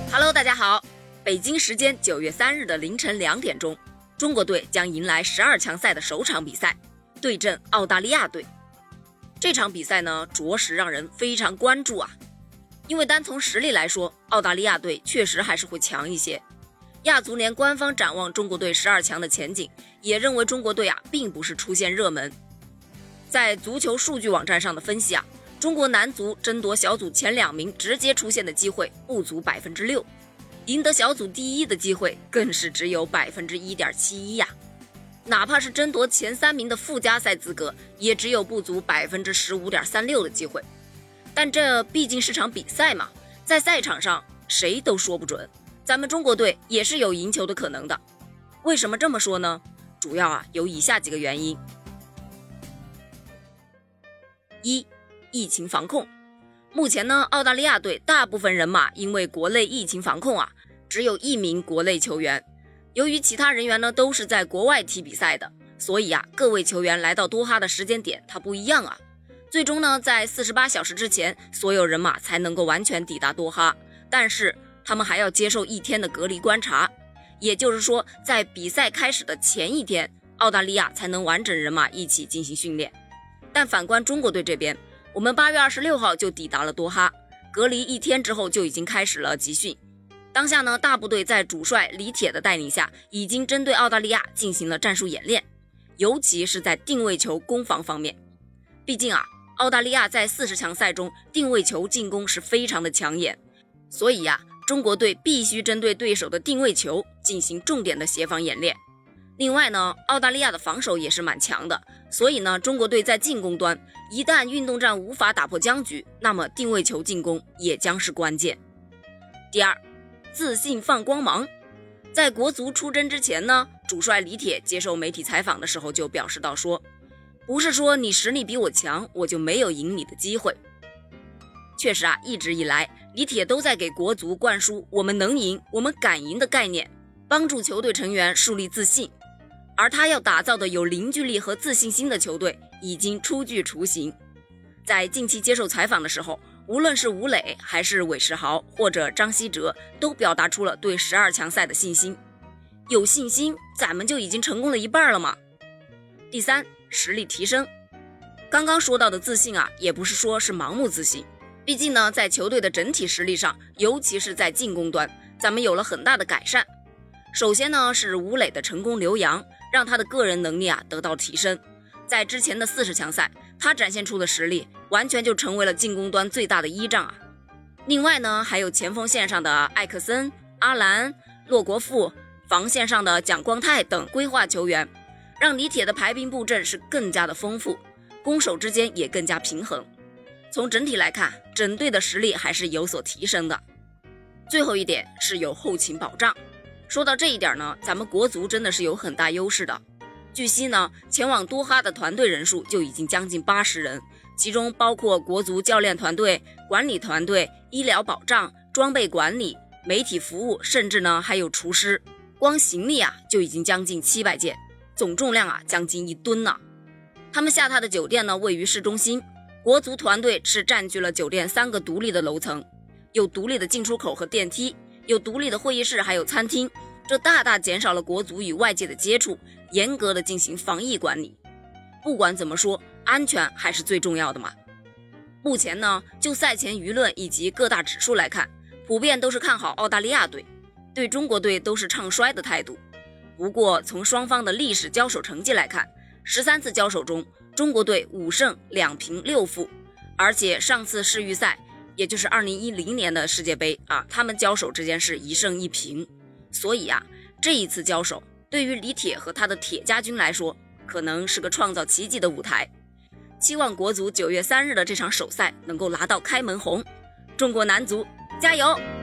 Hello， 大家好。北京时间9月3日的凌晨2点钟，中国队将迎来12强赛的首场比赛，对阵澳大利亚队。这场比赛呢，着实让人非常关注啊。因为单从实力来说，澳大利亚队确实还是会强一些。亚足联官方展望中国队12强的前景，也认为中国队并不是出现热门。在足球数据网站上的分析中国男足争夺小组前2名直接出现的机会不足 6%， 赢得小组第1的机会更是只有 1.71% 呀。哪怕是争夺前3名的附加赛资格，也只有不足 15.36% 的机会。但这毕竟是场比赛嘛，在赛场上谁都说不准，咱们中国队也是有赢球的可能的。为什么这么说呢？主要有以下几个原因。1. 疫情防控。目前呢，澳大利亚队大部分人马因为国内疫情防控只有1名国内球员。由于其他人员呢都是在国外踢比赛的，所以各位球员来到多哈的时间点它不一样最终呢，在48小时之前，所有人马才能够完全抵达多哈，但是他们还要接受1天的隔离观察。也就是说，在比赛开始的前1天，澳大利亚才能完整人马一起进行训练。但反观中国队这边，我们8月26号就抵达了多哈，隔离1天之后就已经开始了集训。当下呢，大部队在主帅李铁的带领下，已经针对澳大利亚进行了战术演练，尤其是在定位球攻防方面。毕竟澳大利亚在40强赛中定位球进攻是非常的抢眼，所以中国队必须针对对手的定位球进行重点的协防演练。另外呢，澳大利亚的防守也是蛮强的，所以呢，中国队在进攻端一旦运动战无法打破僵局，那么定位球进攻也将是关键。第二，自信放光芒。在国足出征之前呢，主帅李铁接受媒体采访的时候就表示到说，不是说你实力比我强，我就没有赢你的机会。确实一直以来李铁都在给国足灌输我们能赢，我们敢赢的概念，帮助球队成员树立自信。而他要打造的有凝聚力和自信心的球队已经初具雏形。在近期接受采访的时候，无论是吴磊还是韦世豪或者张稀哲，都表达出了对12强赛的信心。有信心，咱们就已经成功了一半了嘛。第三，实力提升。刚刚说到的自信也不是说是盲目自信，毕竟呢，在球队的整体实力上，尤其是在进攻端，咱们有了很大的改善。首先呢，是吴磊的成功留洋，让他的个人能力得到提升。在之前的40强赛，他展现出的实力完全就成为了进攻端最大的依仗另外呢，还有前锋线上的艾克森、阿兰、洛国富，防线上的蒋光太等规划球员，让李铁的排兵布阵是更加的丰富，攻守之间也更加平衡。从整体来看，整队的实力还是有所提升的。最后一点是有后勤保障。说到这一点呢，咱们国足真的是有很大优势的。据悉呢，前往多哈的团队人数就已经将近80人，其中包括国足教练团队、管理团队、医疗保障、装备管理、媒体服务，甚至呢还有厨师。光行李就已经将近700件，总重量将近1吨呢。他们下榻的酒店呢位于市中心，国足团队是占据了酒店3个独立的楼层，有独立的进出口和电梯，有独立的会议室，还有餐厅，这大大减少了国足与外界的接触，严格的进行防疫管理。不管怎么说，安全还是最重要的嘛。目前呢，就赛前舆论以及各大指数来看，普遍都是看好澳大利亚队，对中国队都是唱衰的态度。不过从双方的历史交手成绩来看，13次交手中，中国队5胜2平6负，而且上次世预赛也就是2010年的世界杯他们交手之间是1胜1平。所以这一次交手对于李铁和他的铁家军来说，可能是个创造奇迹的舞台。期望国足9月3日的这场首赛能够拿到开门红，中国男足加油！